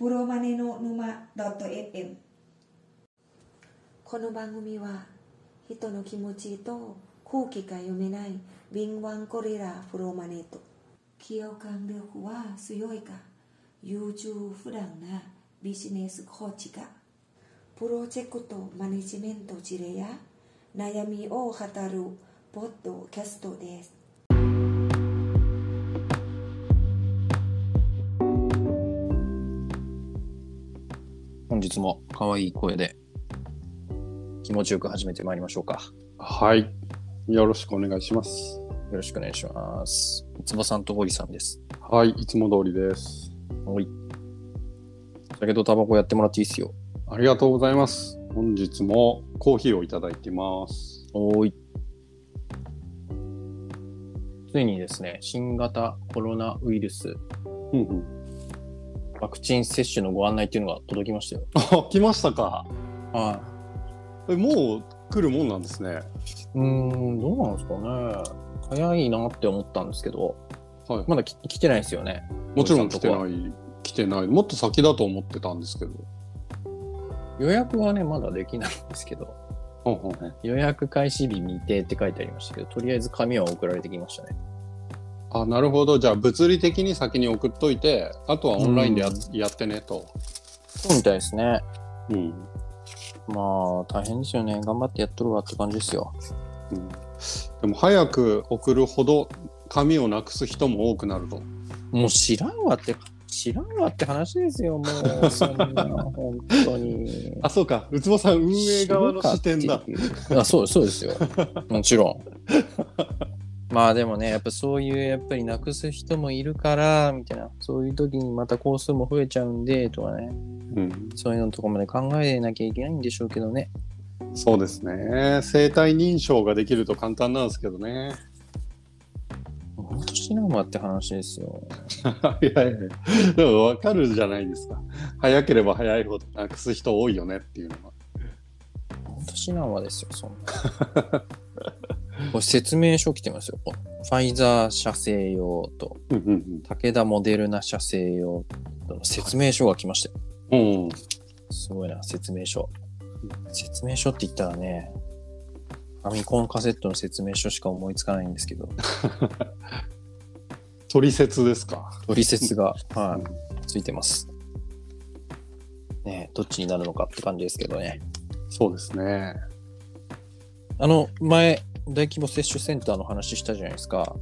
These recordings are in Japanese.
プロマネの沼 .fm この番組は人の気持ちと空気が読めない敏腕ゴリラプロマネと共感力は強いか優柔不断なビジネスコーチがプロジェクトマネジメント事例や悩みを語るポッドキャストです。 本日も可愛い声で気持ちよく始めてまいりましょうか。 はい、よろしくお願いします。 よろしくお願いします。いつもさんとゴリさんです。 はい、いつも通りです。 はい。だけどタバコやってもらっていいですよ。 ありがとうございます。本日もコーヒーをいただいてます。 おい。ついにですね、新型コロナウイルス、ワクチン接種のご案内っていうのが届きましたよ。 あ、来ましたか。 はい。 もう来るもんなんですね。 どうなんですかね。早いなって思ったんですけど、 はい、 まだ来てないですよね。 もちろん来てない。もっと先だと思ってたんですけど。 予約はね、まだできないんですけど、予約開始日未定って書いてありましたけど、とりあえず紙は送られてきましたね。 あ、なるほど。じゃあ物理的に先に送っといて、あとはオンラインで やってねと。 そうみたいですね。 まあ大変ですよね。頑張ってやっとるわって感じですよ。 でも早く送るほど紙をなくす人も多くなると。 もう知らんわって話ですよ。もうそんな本当に。 あ、そうか。うつぼさん運営側の視点だ。 あ、そうですよ。もちろん。まあでもね、やっぱそういうやっぱりなくす人もいるからみたいな、そういう時にまた工数も増えちゃうんでとかね、そういうのとかまで考えなきゃいけないんでしょうけどね。 そうですね。生体認証ができると簡単なんですけどね。 本当知らんわって話ですよ。 いやでも分かるじゃないですか。早ければ早いほどなくす人多いよねっていうのは。 本当知らんわですよ、そんな。これ説明書来てますよ。ファイザー社製用と、武田モデルナ社製用の説明書が来ましたよ。すごいな、説明書。説明書って言ったらね、ファミコンカセットの説明書しか思いつかないんですけど。 取説ですか。 取説が、ついてます。ね、どっちになるのかって感じですけどね。 そうですね。 前、大規模接種センターの話したじゃないですか。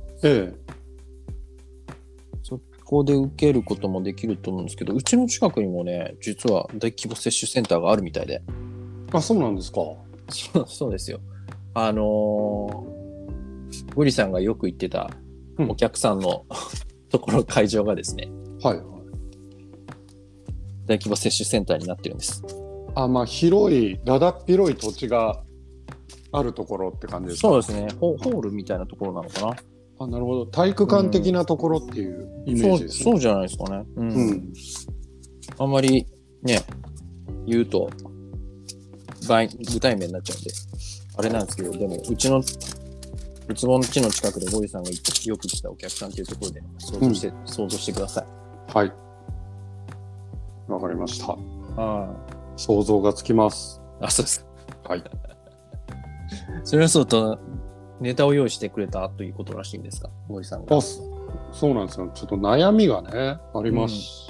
そこで受けることもできると思うんですけど、うちの近くにもね、実は大規模接種センターがあるみたいで。 あ、そうなんですか。 そうですよ。ゴリさんがよく行ってたお客さんのところ、会場がですね、大規模接種センターになってるんです。 だだっ広い土地があるところって感じですか。 そうですね。ホールみたいなところなのかな。 あ、なるほど。体育館的なところっていうイメージですね。 そうじゃないですかね。あんまりね、言うと具体名になっちゃうんであれなんですけど、でもうちの家の近くでゴリさんがよく来たお客さんっていうところで想像してください。 はい。わかりました。想像がつきます。 あ、そうです。 はい。 それはそうとネタを用意してくれたということらしいんですか、ゴリさんが。 そうなんですよ。ちょっと悩みがねありまして、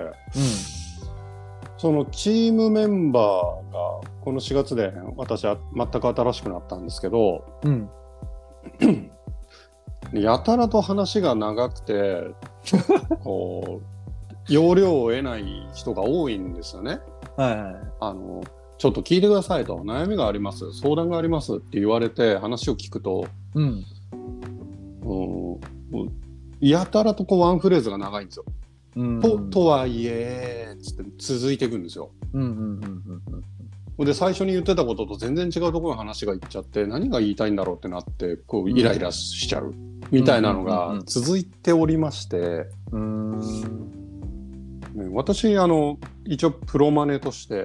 そのチームメンバーがこの4月で私は全く新しくなったんですけど、やたらと話が長くてこう要領を得ない人が多いんですよね。ちょっと聞いてくださいと、悩みがあります、相談がありますって言われて話を聞くと、やたらとこうワンフレーズが長いんですよ。とはいえつって続いていくんですよ。で最初に言ってたことと全然違うところの話がいっちゃって、何が言いたいんだろうってなってこうイライラしちゃうみたいなのが続いておりまして、私一応プロマネとして、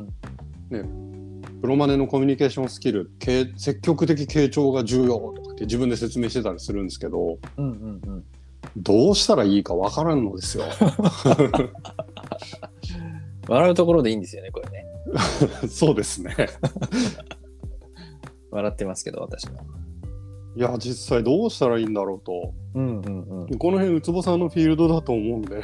プロマネのコミュニケーションスキル、積極的傾聴が重要とかって自分で説明してたりするんですけど、どうしたらいいかわからんのですよ。 笑うところでいいんですよね、これね。 そうですね。 笑ってますけど、私も。 いや、実際どうしたらいいんだろうと。 うんうんうん。 この辺、ウツボさんのフィールドだと思うんで。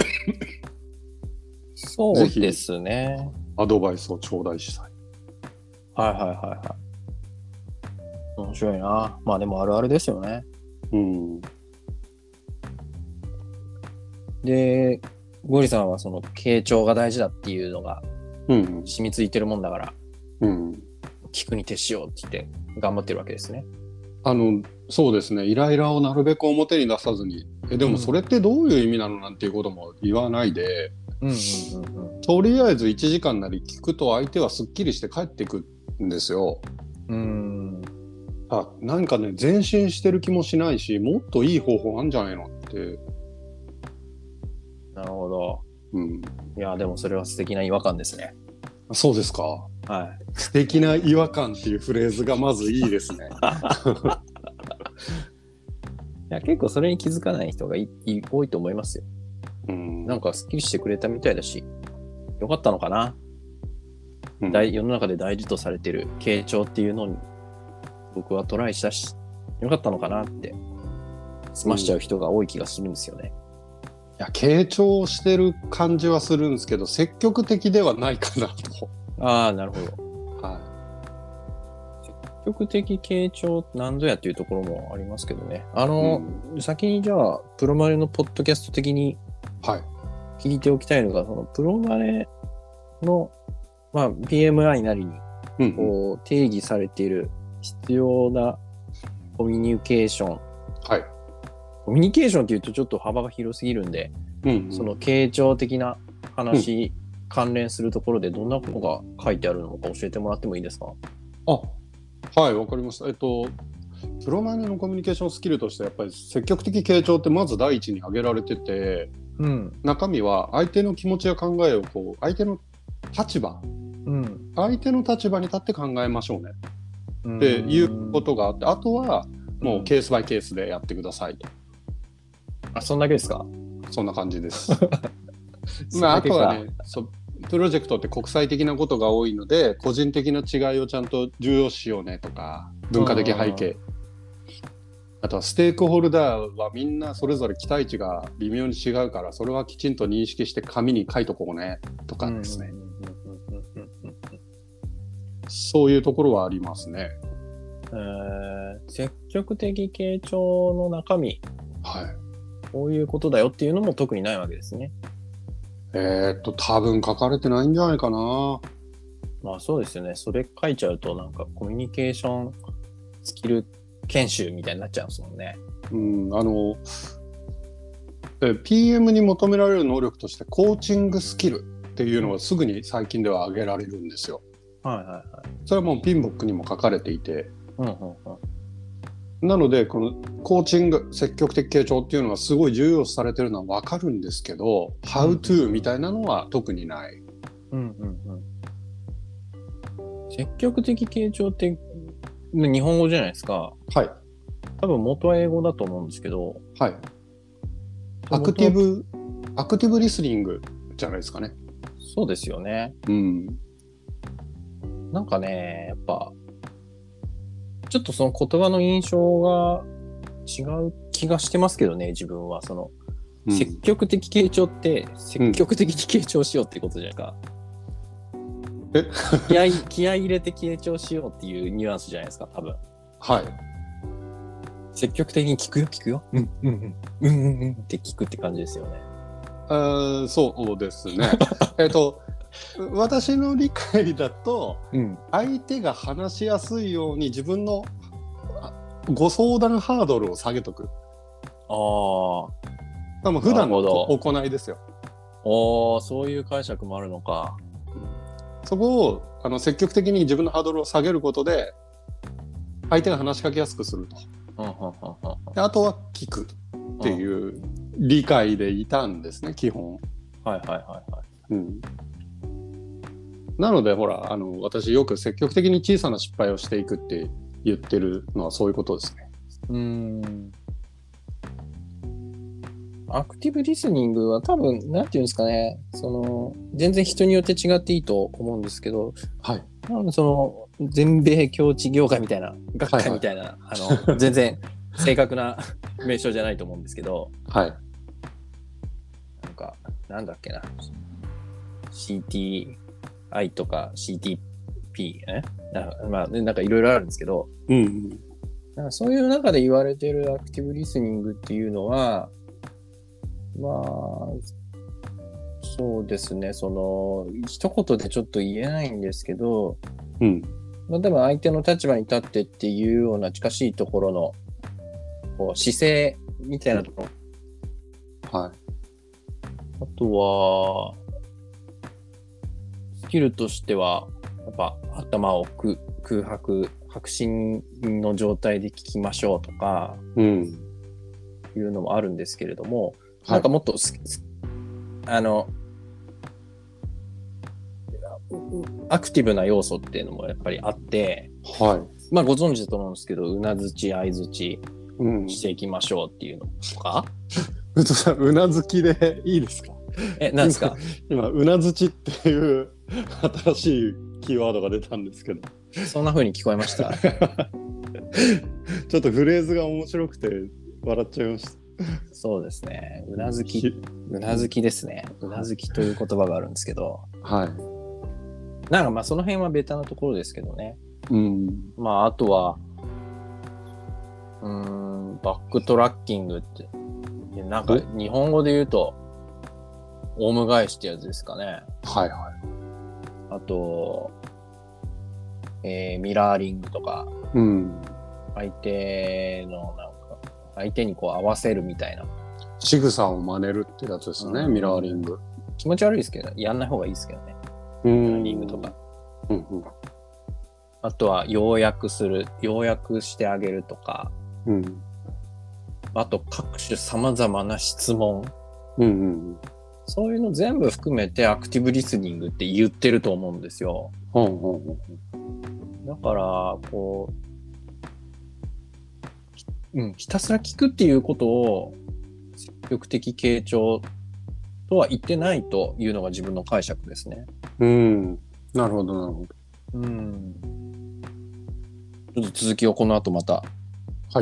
そうですね。 アドバイスを頂戴したい。 はいはいはいはい。面白いな。まあでもあるあるですよね。 うん。 で、ゴリさんはその傾聴が大事だっていうのが染みついてるもんだから、 うん、 聞くに徹しようって言って頑張ってるわけですね。 そうですね。イライラをなるべく表に出さずに。でもそれってどういう意味なのなんていうことも言わないで、とりあえず1時間なり聞くと相手はすっきりして帰っていくんですよ。なんかね、前進してる気もしないし、もっといい方法あるんじゃないのって。 なるほど。 うん。 いや、でもそれは素敵な違和感ですね。 そうですか。 はい。 素敵な違和感っていうフレーズがまずいいですね。 いや、結構それに気づかない人が多いと思いますよ。なんかスッキリしてくれたみたいだし、よかったのかな。世の中で大事とされてる傾聴っていうのに僕はトライしたし、よかったのかなって済ましちゃう人が多い気がするんですよね。 いや、傾聴してる感じはするんですけど、積極的ではないかなと。 ああ、なるほど。 はい。 積極的傾聴なんぞやっていうところもありますけどね。先にじゃあ、プロマネのポッドキャスト的に聞いておきたいのが、そのプロマネの、PMI なりにこう定義されている必要なコミュニケーション。 はい。 コミュニケーションっていうとちょっと幅が広すぎるんで、その傾聴的な話、関連するところでどんなことが書いてあるのか教えてもらってもいいですか？ はい、わかりました。プロマネのコミュニケーションスキルとしてやっぱり積極的傾聴ってまず第一に挙げられてて、中身は相手の気持ちや考えを相手の立場、相手の立場に立って考えましょうねっていうことがあって、あとはもうケースバイケースでやってくださいと。 そんだけですか？ そんな感じです。あとはね、プロジェクトって国際的なことが多いので、個人的な違いをちゃんと重要視しようねとか、文化的背景、あとはステークホルダーはみんなそれぞれ期待値が微妙に違うから、それはきちんと認識して紙に書いとこうねとかですね。そういうところはありますね。 積極的傾聴の中身、こういうことだよっていうのも特にないわけですね。 多分書かれてないんじゃないかな。 まあそうですよね。それ書いちゃうとなんかコミュニケーションスキル研修みたいになっちゃうんですもんね。 PM に求められる能力としてコーチングスキルっていうのはすぐに最近では挙げられるんですよ。それはもうピンボックにも書かれていて、なのでこのコーチング、積極的傾聴っていうのがすごい重要視されてるのは分かるんですけど、How to みたいなのは特にない。 積極的傾聴って日本語じゃないですか。多分元は英語だと思うんですけど。 アクティブリスニングじゃないですかね。 そうですよね。なんかね、やっぱちょっとその言葉の印象が違う気がしてますけどね、自分は。積極的傾聴って積極的に傾聴しようってことじゃないですか。気合い入れて傾聴しようっていうニュアンスじゃないですか、多分。積極的に聞くよって聞くって感じですよね。 そうですね。私の理解だと、相手が話しやすいように自分のご相談ハードルを下げとく。普段の行いですよ。 そういう解釈もあるのか。 そこを積極的に自分のハードルを下げることで相手が話しかけやすくすると。であとは聞くっていう理解でいたんですね、基本。なのでほら私よく積極的に小さな失敗をしていくって言ってるのはそういうことですね。 アクティブリスニングは多分、なんていうんですかね、全然人によって違っていいと思うんですけど、 はい。 全米教師業界みたいな、学会みたいな、全然正確な名称じゃないと思うんですけど、 はい。 なんだっけな、CTI とか CTP、なんかいろいろあるんですけど、なんかそういう中で言われてるアクティブリスニングっていうのは、そうですね、一言でちょっと言えないんですけど、例えば相手の立場に立ってっていうような近しいところの、姿勢みたいなところ。はい。あとは、スキルとしては、やっぱ頭を白真の状態で聞きましょうとか、いうのもあるんですけれども、なんかもっとアクティブな要素っていうのもやっぱりあって、ご存知だと思うんですけど、うなずき、相づちしていきましょうっていうのとか。 うとさん、うなずきでいいですか？ 何ですか？ 今、うなずきっていう新しいキーワードが出たんですけど。 そんな風に聞こえました。 ちょっとフレーズが面白くて笑っちゃいました。 そうですね。うなずきですね。うなずきという言葉があるんですけど。 はい。 なんかその辺はベタなところですけどね。あとは、バックトラッキングって、なんか日本語で言うと、オウム返しってやつですかね。 はい。 あと、ミラーリングとか、相手にこう合わせるみたいな。 仕草を真似るってやつですね、ミラーリング。 気持ち悪いですけど、やんない方がいいですけどね。ミラーリングとか。あとは、要約してあげるとか。あと、各種様々な質問。そういうの全部含めてアクティブリスニングって言ってると思うんですよ。だから、ひたすら聞くっていうことを積極的傾聴とは言ってないというのが自分の解釈ですね。 なるほど。 ちょっと続きをこの後また。 はい。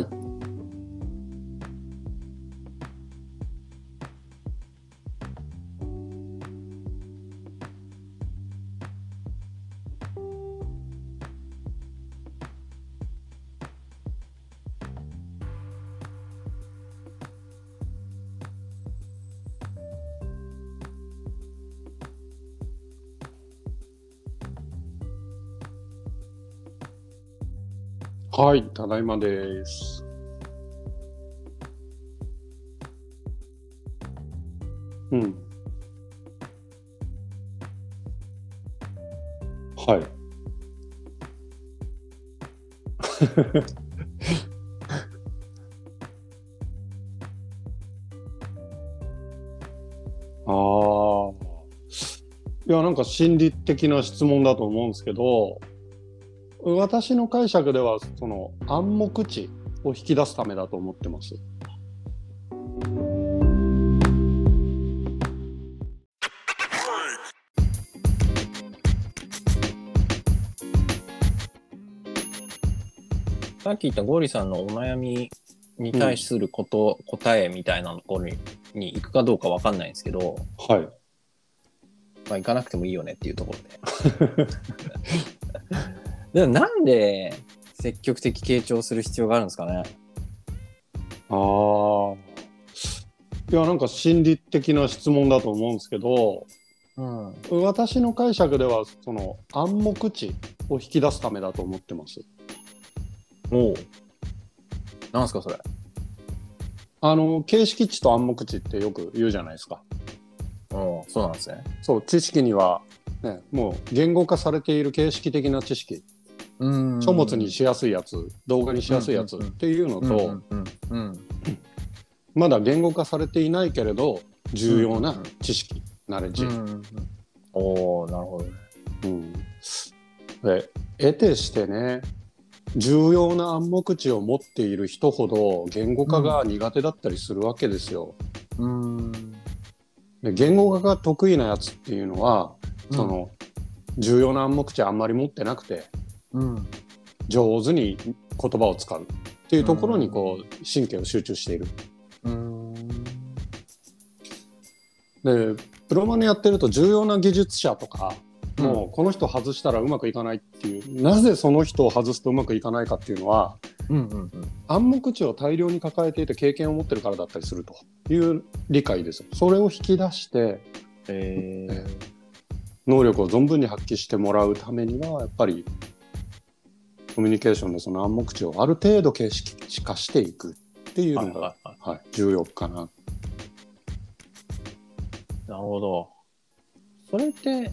はい、ただいまです。はい。いや、なんか心理的な質問だと思うんですけど、私の解釈では暗黙知を引き出すためだと思ってます。 さっき言ったゴリさんのお悩みに対する答えみたいなところに行くかどうかわかんないんですけど、 はい。 行かなくてもいいよねっていうところで。でもなんで積極的傾聴する必要があるんですかね。 いや、なんか心理的な質問だと思うんですけど、私の解釈では暗黙知を引き出すためだと思ってます。 なんすかそれ。 形式知と暗黙知ってよく言うじゃないですか。 そうなんですね。 そう、知識には、ね、もう言語化されている形式的な知識、書物にしやすいやつ、動画にしやすいやつっていうのと、まだ言語化されていないけれど重要な知識、ナレッジ。 なるほどね。 で、得てしてね、重要な暗黙知を持っている人ほど言語化が苦手だったりするわけですよ。 で言語化が得意なやつっていうのは、その重要な暗黙知あんまり持ってなくて、上手に言葉を使うっていうところにこう神経を集中している。でプロマネやってると重要な技術者とかもうこの人外したらうまくいかないっていう、なぜその人を外すとうまくいかないかっていうのは、暗黙知を大量に抱えていて経験を持ってるからだったりするという理解ですよ。それを引き出して、能力を存分に発揮してもらうためにはやっぱりコミュニケーションでその暗黙知をある程度形式化していくっていうのが、重要かな。 なるほど。それって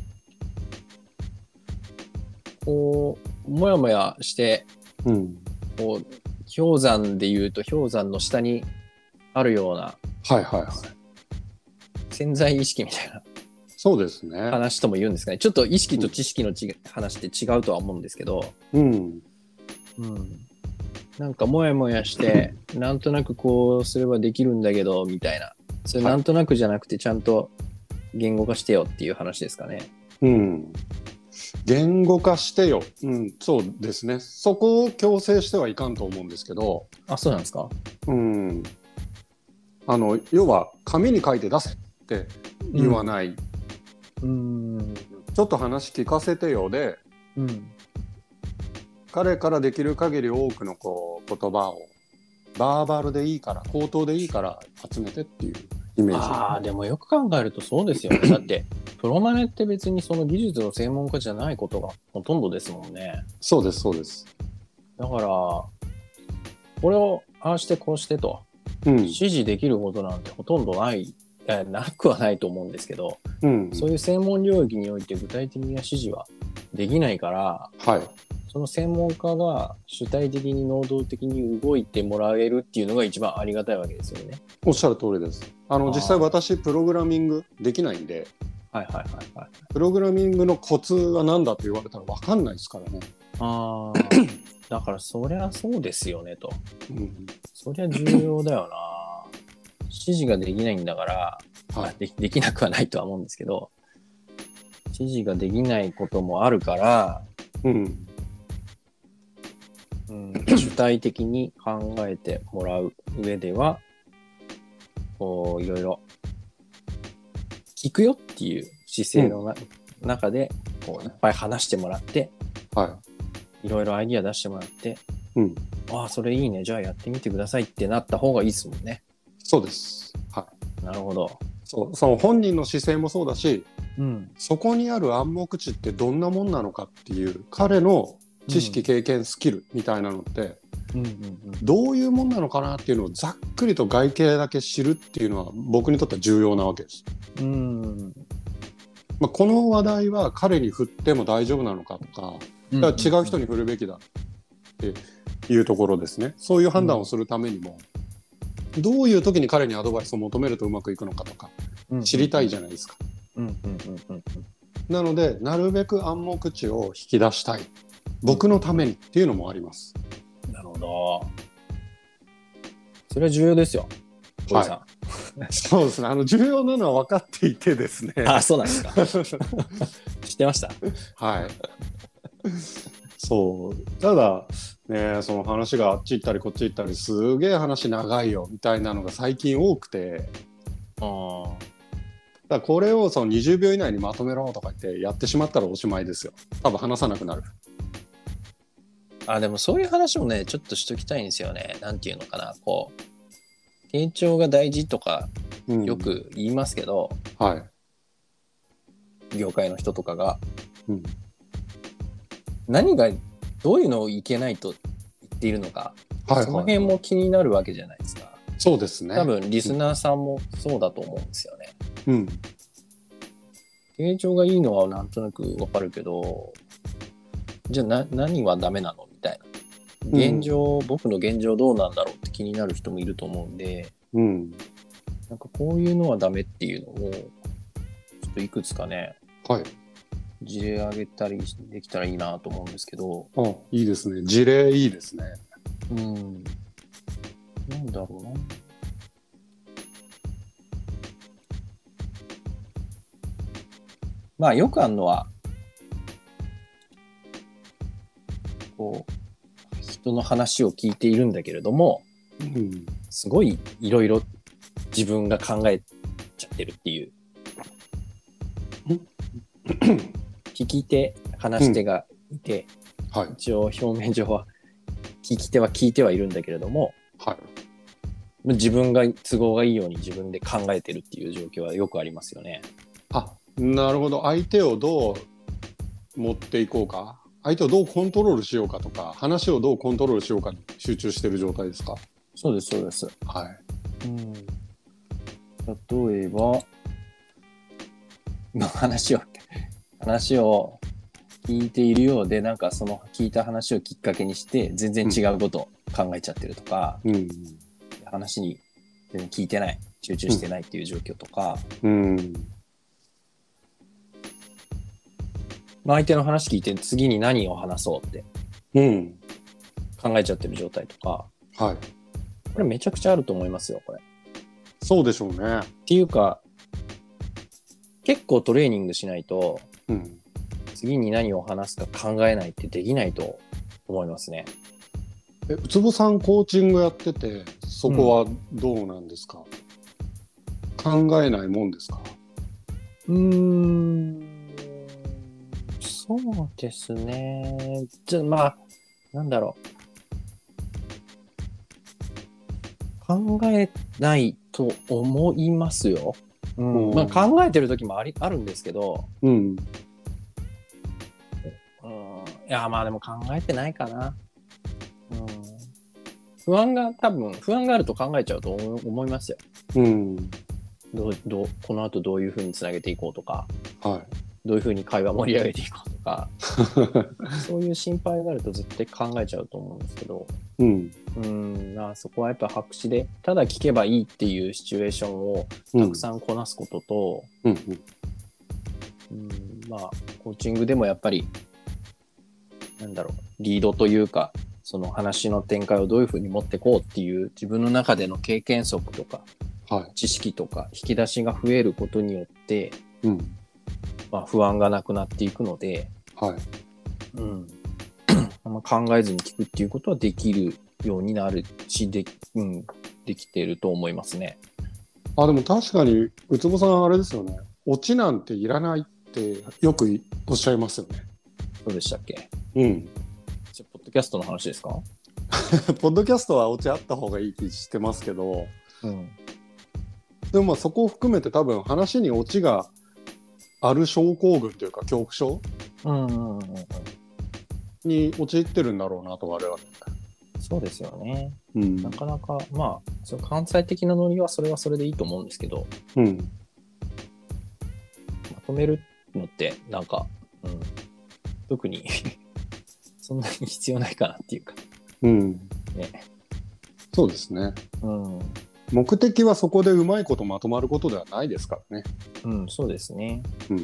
こうもやもやして、こう氷山でいうと氷山の下にあるような、潜在意識みたいなそうですね話とも言うんですかね。ちょっと意識と知識の話って違うとは思うんですけど、なんかもやもやしてなんとなくこうすればできるんだけどみたいな、それなんとなくじゃなくてちゃんと言語化してよっていう話ですかね。 言語化してよ、そうですね。そこを強制してはいかんと思うんですけど。 あ、そうなんですか。 要は紙に書いて出せって言わない、ちょっと話聞かせてよで、彼からできる限り多くのこう言葉をバーバルでいいから口頭でいいから集めてっていうイメージ。でもよく考えるとそうですよね。だってプロマネって別にその技術の専門家じゃないことがほとんどですもんね。 そうですそうです。 だからこれをああしてこうしてと、指示できることなんてほとんどなくはないと思うんですけど、そういう専門領域において具体的な指示はできないから、その専門家が主体的に能動的に動いてもらえるっていうのが一番ありがたいわけですよね。 おっしゃる通りです。実際私プログラミングできないんで、プログラミングのコツは何だと言われたら分かんないですからね。 だからそりゃそうですよねと、そりゃ重要だよな。指示ができないんだから、できなくはないとは思うんですけど、指示ができないこともあるから、主体的に考えてもらう上では、こういろいろ聞くよっていう姿勢の中でこういっぱい話してもらって、いろいろアイディア出してもらって、それいいね、じゃあやってみてくださいってなった方がいいですもんね。 そうです。 なるほど。 その本人の姿勢もそうだし、そこにある暗黙知ってどんなもんなのかっていう彼の知識、経験、スキルみたいなのって、どういうもんなのかなっていうのをざっくりと外形だけ知るっていうのは僕にとっては重要なわけです。この話題は彼に振っても大丈夫なのかとか、だから違う人に振るべきだっていうところですね。そういう判断をするためにも、どういう時に彼にアドバイスを求めるとうまくいくのかとか知りたいじゃないですか。なのでなるべく暗黙知を引き出したい、僕のためにっていうのもあります。 なるほど。それは重要ですよ、小井さん。 そうですね。重要なのは分かっていてですね。 そうなんですか。知ってました。 そう。ただね、その話があっち行ったりこっち行ったりすげえ話長いよみたいなのが最近多くて、だからこれをその20秒以内にまとめろとか言ってやってしまったらおしまいですよ。多分話さなくなる。 でもそういう話もねちょっとしときたいんですよね。なんていうのかな、こう傾聴が大事とかよく言いますけど、業界の人とかが、何がどういうのをいけないと言っているのか、その辺も気になるわけじゃないですか。 そうですね。 多分リスナーさんもそうだと思うんですよね。傾聴がいいのはなんとなくわかるけど、じゃあ何はダメなのみたいな。現状、僕の現状どうなんだろうって気になる人もいると思うんで、なんかこういうのはダメっていうのをちょっといくつかね、事例挙げたりできたらいいなと思うんですけど。 いいですね。事例いいですね。 なんだろうな。 まあよくあるのは、こう、人の話を聞いているんだけれども、 うん、 すごいいろいろ自分が考えちゃってるっていう。聞き手、話し手がいて、 はい、 一応表面上は聞き手は聞いてはいるんだけれども、 はい、 自分が都合がいいように自分で考えてるっていう状況はよくありますよね。 あ、なるほど。相手をどう持っていこうか、相手をどうコントロールしようかとか、話をどうコントロールしようかに集中してる状態ですか？ そうですそうです。 はい。 例えばの話を聞いているようで、なんかその聞いた話をきっかけにして全然違うことを考えちゃってるとか、 うん、 話に全然聞いてない、集中してないっていう状況とか、相手の話聞いて次に何を話そうって考えちゃってる状態とか、 はい、 これめちゃくちゃあると思いますよ、これ。 そうでしょうね。 っていうか、結構トレーニングしないと、次に何を話すか考えないってできないと思いますね。 うつぼさんコーチングやってて、そこはどうなんですか？考えないもんですか？ そうですね。まあ、なんだろう。考えないと思いますよ。まあ、考えてる時もあるんですけど、いや、まあでも考えてないかな。不安があると考えちゃうと思いますよ。この後どういう風につなげていこうとか、 はい、どういう風に会話盛り上げていこうとか、そういう心配があると絶対考えちゃうと思うんですけど、そこはやっぱ白紙でただ聞けばいいっていうシチュエーションをたくさんこなすことと、まあコーチングでもやっぱりリードというか、その話の展開をどういうふうに持ってこうっていう自分の中での経験則とか、知識とか引き出しが増えることによって、まあ、不安がなくなっていくので、あんま考えずに聞くっていうことはできるようになるし、できてると思いますね。 でも確かにうつぼさんあれですよね。オチなんていらないってよくおっしゃいますよね。 そうでしたっけ？じゃあポッドキャストの話ですか？ ポッドキャストはオチあった方がいい気してますけど、でもまあそこを含めて多分話にオチがある症候群というか恐怖症に陥ってるんだろうなと我々。 そうですよね。なかなかまあその関西的なノリはそれはそれでいいと思うんですけど、まとめるのってなんか、特にそんなに必要ないかなっていうか。 そうですね。目的はそこでうまいことまとまることではないですからね。 そうですね。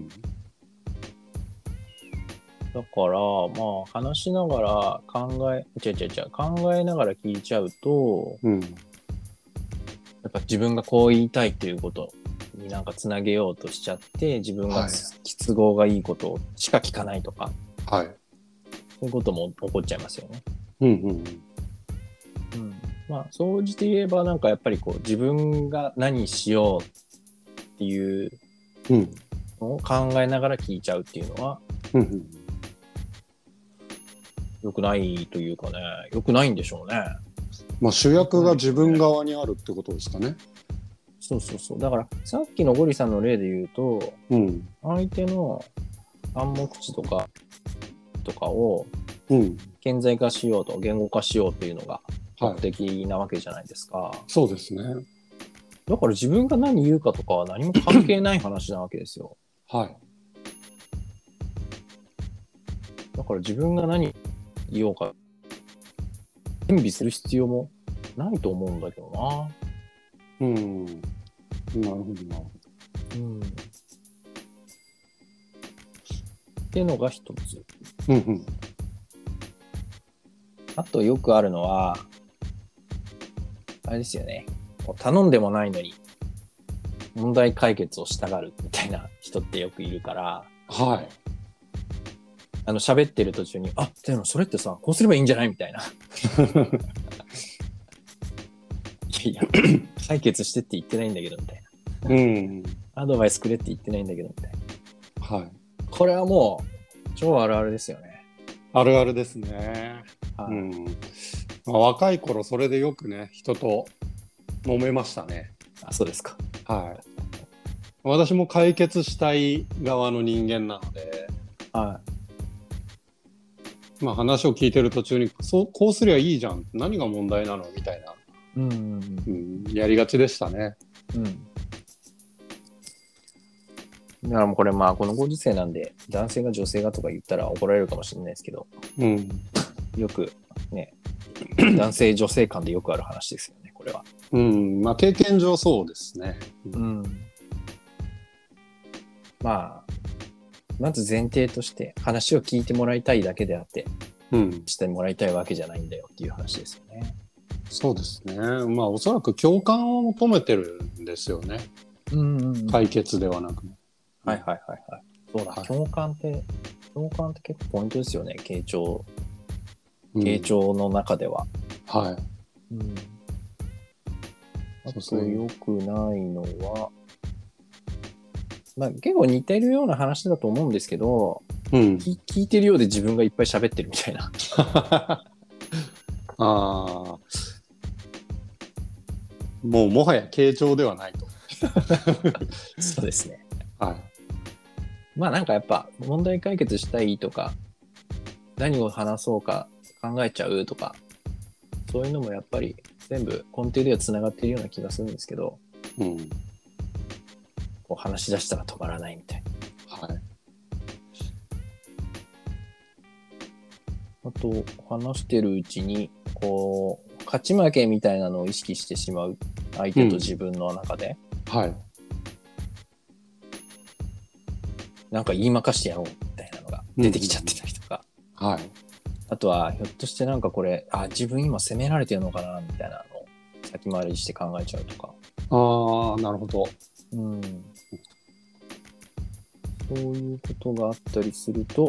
だからまあ話しながら考えながら聞いちゃうと、やっぱ自分がこう言いたいっていうことになんかつなげようとしちゃって、自分が都合がいいことしか聞かないとか、そういうことも起こっちゃいますよね。まあ総じて言えばなんかやっぱりこう自分が何しようっていうのを考えながら聞いちゃうっていうのは、良くないというかね、良くないんでしょうね。 まあ主役が自分側にあるってことですかね。 そうだからさっきのゴリさんの例で言うと、相手の暗黙知とかを顕在化しようと、言語化しようっていうのが目的なわけじゃないですか。 そうですね。 だから自分が何言うかとかは何も関係ない話なわけですよ。だから自分が何言おうか準備する必要もないと思うんだけどな。 なるほどな。 っていうのが一つ。あとよくあるのはあれですよね。頼んでもないのに問題解決をしたがるみたいな人ってよくいるから。 はい。 喋ってる途中に、あ、でもそれってさ、こうすればいいんじゃないみたいな。いや、解決してって言ってないんだけど、みたいな。うん。アドバイスくれって言ってないんだけど、みたいな。はい。これはもう、超あるあるですよね。 あるあるですね。はい。うん。まあ、若い頃、それでよくね、人と揉めましたね。 あ、そうですか。 はい。私も解決したい側の人間なので、はい。まあ話を聞いてる途中に、こうすりゃいいじゃん。何が問題なのみたいな。やりがちでしたね。うん。 だからもうこれまあこのご時世なんで男性が女性がとか言ったら怒られるかもしれないですけど、うん、よくね男性女性間でよくある話ですよねこれは。 うん、まあ経験上そうですね。うん。 まあまず前提として話を聞いてもらいたいだけであって、うん、してもらいたいわけじゃないんだよっていう話ですよね。 そうですね。まあおそらく共感を求めてるんですよね。解決ではなく。 はいはいはいはい。そうだ、はい、共感って結構ポイントですよね。傾聴の中では。はい。うん。あと良くないのは、まあ結構似てるような話だと思うんですけど、うん、聞いてるようで自分がいっぱい喋ってるみたいな。ああ。もはや傾聴ではないと。 そうですね。はい。まあなんかやっぱ問題解決したいとか、何を話そうか考えちゃうとか、そういうのもやっぱり全部根底ではつながっているような気がするんですけど、うん、こう話し出したら止まらないみたいな。はい。あと話してるうちにこう勝ち負けみたいなのを意識してしまう相手と自分の中で、うん、はい。なんか言いまかしてやろうみたいなのが出てきちゃってたりとか、うんうん、はい。あとはひょっとしてなんかこれ自分今責められてるのかなみたいなのを先回りして考えちゃうとか。 ああ、なるほど。うん。 そういうことがあったりすると、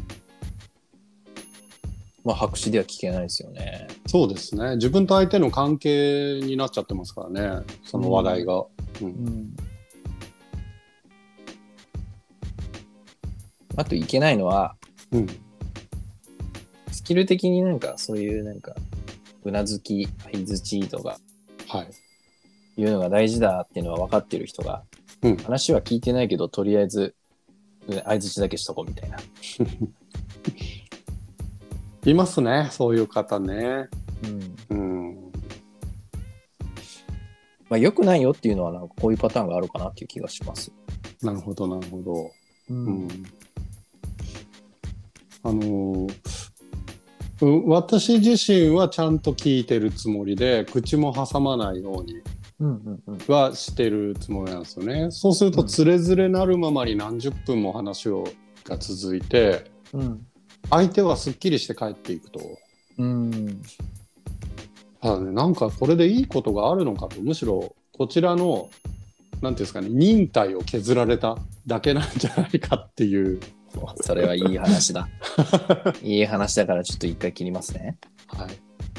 まあ白紙では聞けないですよね。 そうですね。自分と相手の関係になっちゃってますからね。その話題が。うん。うん、 あといけないのは、うん、スキル的になんかそういうなんかうなずき相づちとか、はい、いうのが大事だっていうのは分かってる人が、うん、話は聞いてないけどとりあえず相づちだけしとこうみたいな。 いますね、そういう方ね。うん。うん、 まあ良くないよっていうのはなんかこういうパターンがあるかなっていう気がします。 なるほどなるほど。うん私自身はちゃんと聞いてるつもりで口も挟まないようにはしてるつもりなんですよね。そうするとつれづれなるままに何十分も話が続いて、うん、相手はすっきりして帰っていくと。ただね、なんかこれでいいことがあるのかと、むしろこちらのなんていうんですかね、忍耐を削られただけなんじゃないかっていう。 それはいい話だ。いい話だからちょっと一回切りますね。はい。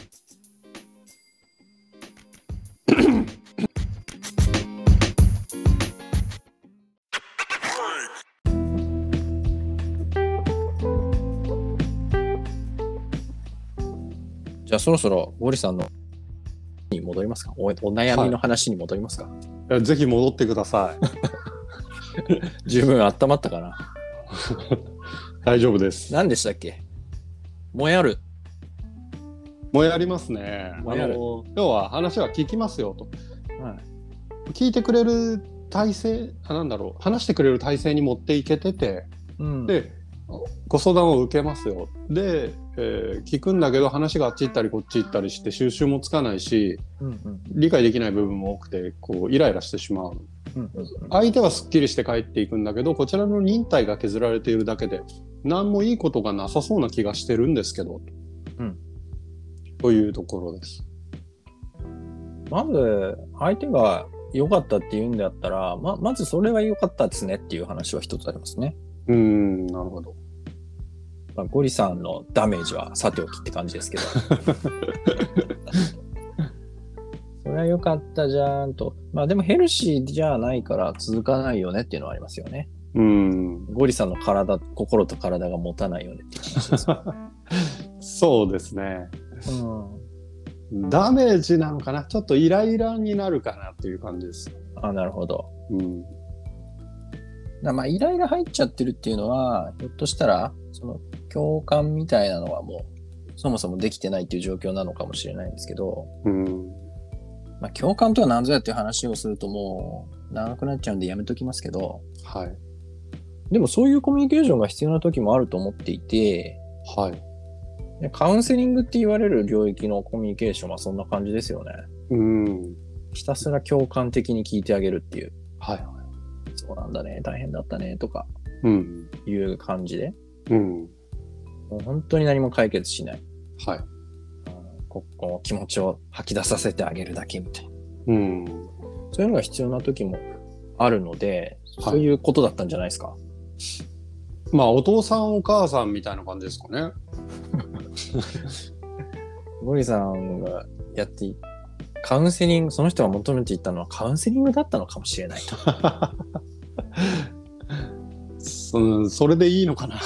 じゃあそろそろゴリさんのに戻りますか。お悩みの話に戻りますか。 はい、ぜひ戻ってください。 十分温まったかな。 大丈夫です。 何でしたっけ。もやる。 もやりますね。要は話は聞きますよと。はい、聞いてくれる体制、話してくれる体制に持っていけてて、うん、でご相談を受けますよ。で、聞くんだけど話があっち行ったりこっち行ったりして収集もつかないし、理解できない部分も多くてこうイライラしてしまう。相手はすっきりして帰っていくんだけどこちらの忍耐が削られているだけで何もいいことがなさそうな気がしてるんですけど、というところです。 まず相手が良かったって言うんであったら、まずそれは良かったですねっていう話は一つありますね。 なるほど。 まあ、ゴリさんのダメージはさておきって感じですけど。それは良かったじゃんと。まあでもヘルシーじゃないから続かないよねっていうのはありますよね。ゴリさんの心と体が持たないよねっていう話です。 そうですね。ダメージなのかな、ちょっとイライラになるかなっていう感じです。 あ、なるほど。まあイライラ入っちゃってるっていうのは、ひょっとしたらその共感みたいなのはもうそもそもできてないっていう状況なのかもしれないんですけど、まあ共感とは何ぞやっていう話をするともう長くなっちゃうんでやめときますけど、 はい。 でもそういうコミュニケーションが必要な時もあると思っていて、 はい。 カウンセリングって言われる領域のコミュニケーションはそんな感じですよね。ひたすら共感的に聞いてあげるっていう。 はい。 そうなんだね、大変だったねとかいう感じで、もう本当に何も解決しない。 はい。 この気持ちを吐き出させてあげるだけみたいな。そういうのが必要な時もあるので、そういうことだったんじゃないですか。 まあお父さんお母さんみたいな感じですかね。 ゴリさんがやってカウンセリング、その人が求めていたのはカウンセリングだったのかもしれないと。 それでいいのかな。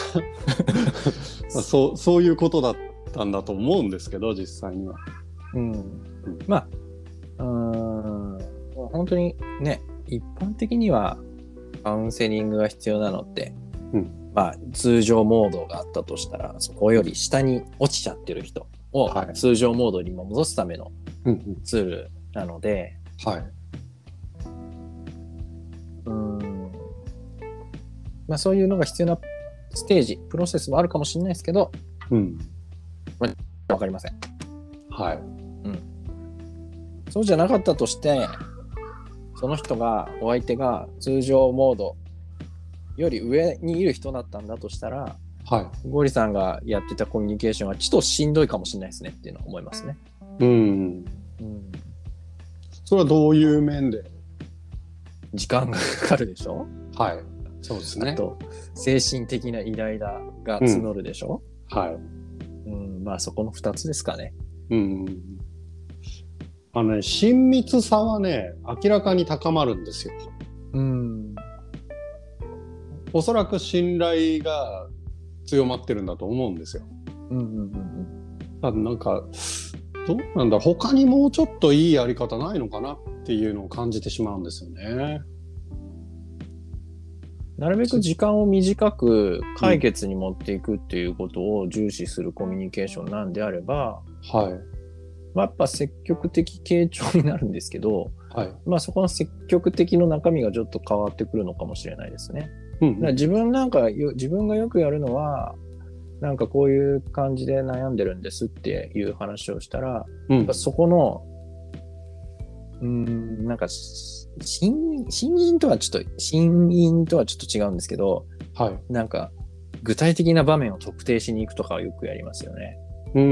そういうことだったんだと思うんですけど、実際には。まあ、本当にね、一般的にはカウンセリングが必要なのって、まあ通常モードがあったとしたら、そこより下に落ちちゃってる人を通常モードに戻すためのツールなので、まあそういうのが必要なステージ、プロセスもあるかもしれないですけど、わかりません。そうじゃなかったとして、その人が、お相手が通常モードより上にいる人だったんだとしたら、ゴリさんがやってたコミュニケーションはちょっとしんどいかもしれないですねっていうのは思いますね。 それはどういう面で？ 時間がかかるでしょ？ そうですね。 あと、精神的なイライラが募るでしょ？まあそこの2つですかね。 親密さはね、明らかに高まるんですよ。おそらく信頼が強まってるんだと思うんですよ。ただなんか、どうなんだろう、他にもうちょっといいやり方ないのかなっていうのを感じてしまうんですよね。 なるべく時間を短く解決に持っていくっていうことを重視するコミュニケーションなんであれば、まあ、やっぱ積極的傾聴になるんですけど、まあそこの積極的の中身がちょっと変わってくるのかもしれないですね。だから自分がよくやるのは、なんかこういう感じで悩んでるんですっていう話をしたら、やっぱそこのなんか心因とはちょっと違うんですけど、なんか具体的な場面を特定しに行くとかはよくやりますよね。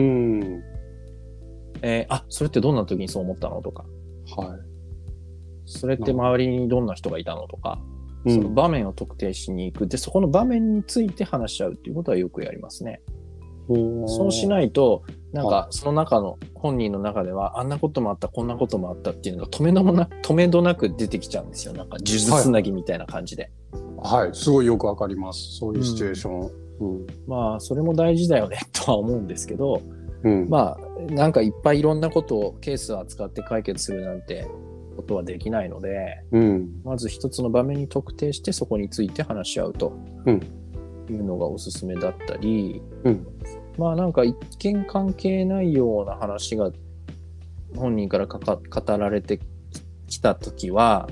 それってどんな時にそう思ったのとか、それって周りにどんな人がいたのとか、その場面を特定しに行く。で、そこの場面について話し合うっていうことはよくやりますね。そうしないと、なんかその中の本人の中ではあんなこともあった、こんなこともあったっていうのが止めどなく出てきちゃうんですよ。なんか呪術つなぎみたいな感じで。 すごいよくわかります。そういうシチュエーション。 まあそれも大事だよねとは思うんですけど、まあなんかいっぱいいろんなことをケースを扱って解決するなんてことはできないので、まず一つの場面に特定してそこについて話し合うというのがおすすめだったり、まあなんか一見関係ないような話が本人から語られてきたときは、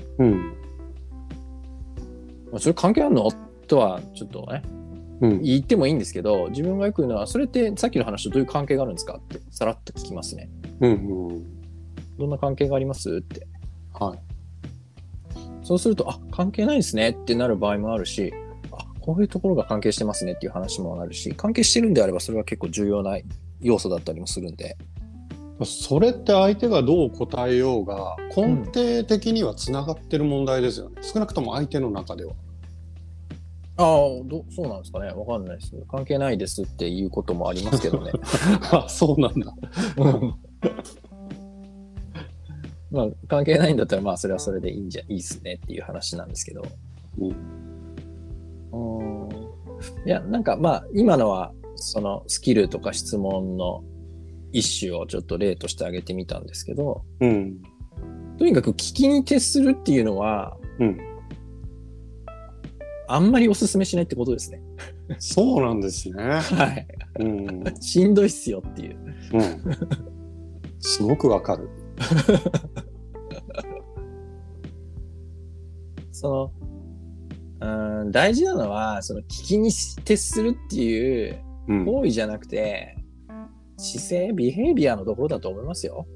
それ関係あるのとはちょっとね、言ってもいいんですけど、自分がよく言うのは、それってさっきの話とどういう関係があるんですかってさらっと聞きますね。どんな関係がありますって。そうすると、関係ないですねってなる場合もあるし、こういうところが関係してますねっていう話もあるし、関係してるんであればそれは結構重要な要素だったりもするんで。 それって相手がどう答えようが根底的にはつながってる問題ですよね。少なくとも相手の中では。 そうなんですかね。わかんないです。関係ないですっていうこともありますけどね。 あ、そうなんだ。 まあ、関係ないんだったら、まあ、それはそれでいいっすねっていう話なんですけど。いや、なんかまあ、今のは、そのスキルとか質問の一種をちょっと例として挙げてみたんですけど、とにかく聞きに徹するっていうのは、あんまりおすすめしないってことですね。 そうなんですね。 はい。しんどいっすよっていう。 すごくわかる。 大事なのは、その聞きに徹するっていう行為じゃなくて、姿勢、ビヘイビアのところだと思いますよ。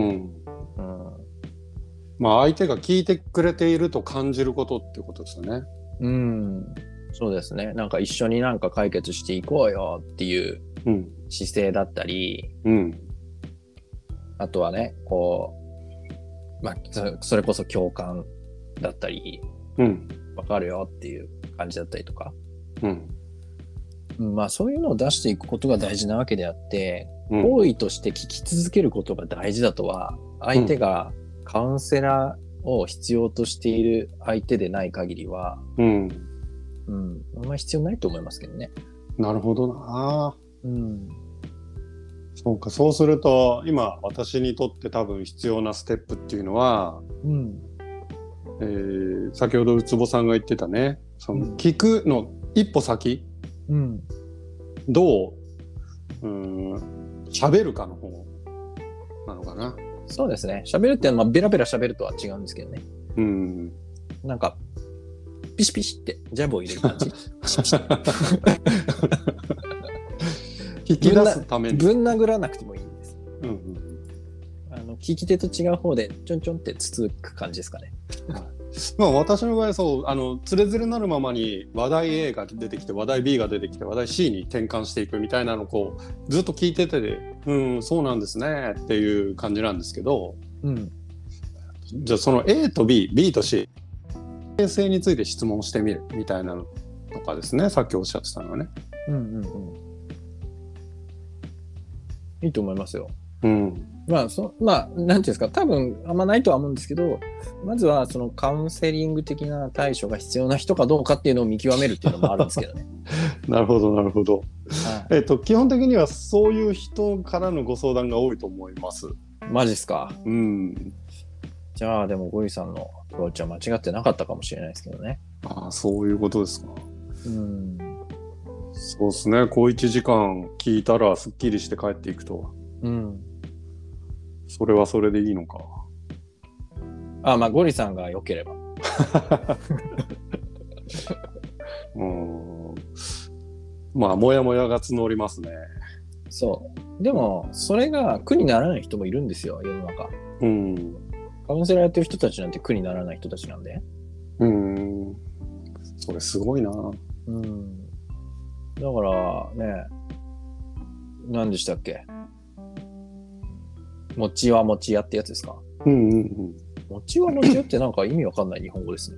まあ、相手が聞いてくれていると感じることってことですよね。 そうですね。なんか一緒になんか解決していこうよっていう姿勢だったり、あとはね、こう、まあ、それこそ共感だったり、わかるよっていう感じだったりとか。まあそういうのを出していくことが大事なわけであって、行為として聞き続けることが大事だとは、相手がカウンセラーを必要としている相手でない限りは、あんまり必要ないと思いますけどね。 なるほどな。そうか、そうすると今私にとって多分必要なステップっていうのは、先ほどウツボさんが言ってたね、その聞くの一歩先、どう喋るかの方なのかな。 そうですね。喋るってのは、ベラベラ喋るとは違うんですけどね。なんかピシピシってジャブを入れる感じ。 引き出すためにぶん殴らなくてもいいんです。聞き手と違う方でちょんちょんってつつく感じですかね。 まあ私の場合はそうつれづれなるままに話題 A が出てきて話題 B が出てきて話題 C に転換していくみたいなのをこうずっと聞いててそうなんですねっていう感じなんですけど、じゃあその A と B、B と C 形成について質問してみるみたいなのとかですね、さっきおっしゃってたのはね。 いいと思いますよ。まあ、なんていうんですか、多分あんまないとは思うんですけど、まずはそのカウンセリング的な対処が必要な人かどうかっていうのを見極めるっていうのもあるんですけどね。 なるほど、なるほど。基本的にはそういう人からのご相談が多いと思います。 マジっすか。じゃあ、でもゴリさんのアプローチは間違ってなかったかもしれないですけどね。 そういうことですか。そうですね。小1時間聞いたらすっきりして帰っていくと。それはそれでいいのか。 まあゴリさんが良ければ。 まあモヤモヤが募りますね。 そう。でもそれが苦にならない人もいるんですよ、世の中。カウンセラーやってる人たちなんて苦にならない人たちなんで。 それすごいな。 だからね、何でしたっけ。餅は餅屋ってやつですか。餅は餅屋ってなんか意味わかんない日本語ですね。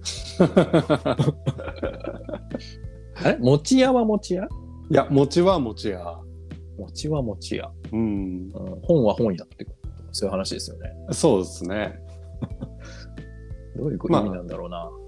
餅屋は餅屋？いや、餅は餅屋。 餅は餅屋。本は本屋ってそういう話ですよね。 そうですね。 どういう意味なんだろうな。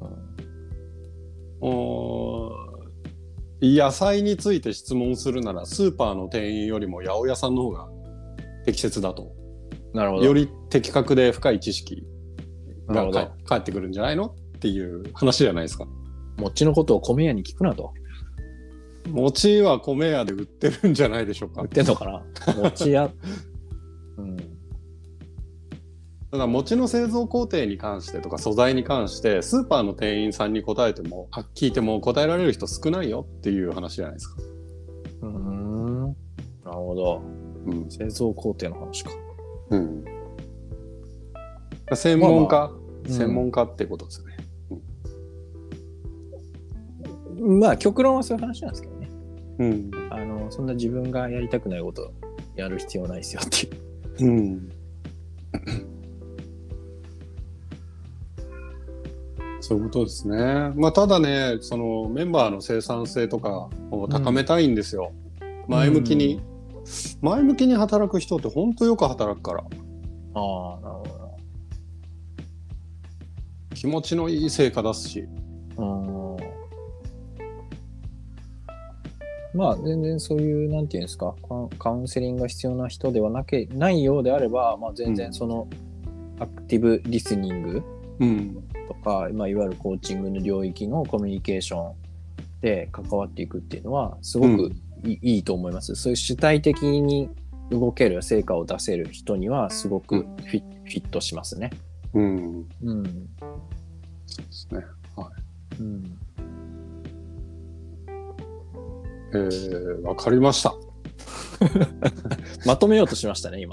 野菜について質問するならスーパーの店員よりも八百屋さんの方が適切だと。 なるほど。 より的確で深い知識が返ってくるんじゃないのっていう話じゃないですか。 餅のことを米屋に聞くなと。 餅は米屋で売ってるんじゃないでしょうか。 売ってんのかな。餅屋。 ただ餅の製造工程に関してとか素材に関してスーパーの店員さんに聞いても答えられる人少ないよっていう話じゃないですか。 なるほど。製造工程の話か。 専門家ってことですね。 まあ極論はそういう話なんですけどね。そんな自分がやりたくないことやる必要ないですよっていう。 そういうことですね。まあただね、そのメンバーの生産性とかを高めたいんですよ。前向きに働く人って本当よく働くから。 ああ、なるほど。 気持ちのいい成果出すし。 まあ全然そういうなんていうんですか、カウンセリングが必要な人ではないようであれば、まあ全然そのアクティブリスニングとか、まあいわゆるコーチングの領域のコミュニケーションで関わっていくっていうのはすごくいいと思います。そういう主体的に動ける成果を出せる人にはすごくフィットしますね。 そうですね。はい。わかりました。 まとめようとしましたね、今。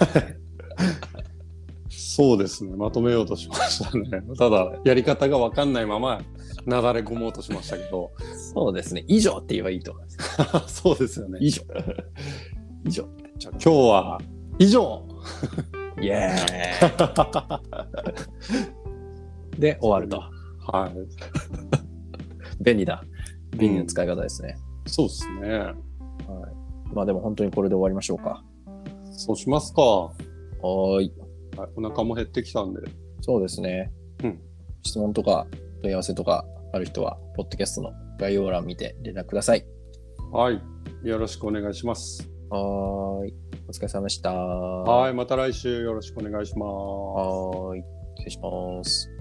そうですね。まとめようとしましたね。ただ、やり方がわかんないまま、なだれ込もうとしましたけど。 そうですね。以上って言えばいいと思います。そうですよね。 以上。 じゃあ今日は、以上イエーイで、終わると。 はい。 便利な使い方ですね。 そうですね。はい。 まあでも本当にこれで終わりましょうか。 そうしますか。 はい。 お腹も減ってきたんで。 そうですね。質問とか問い合わせとかある人は、ポッドキャストの概要欄見て連絡ください。 はい。よろしくお願いします。 はい。お疲れ様でした。 はい。また来週よろしくお願いします。 はい。失礼します。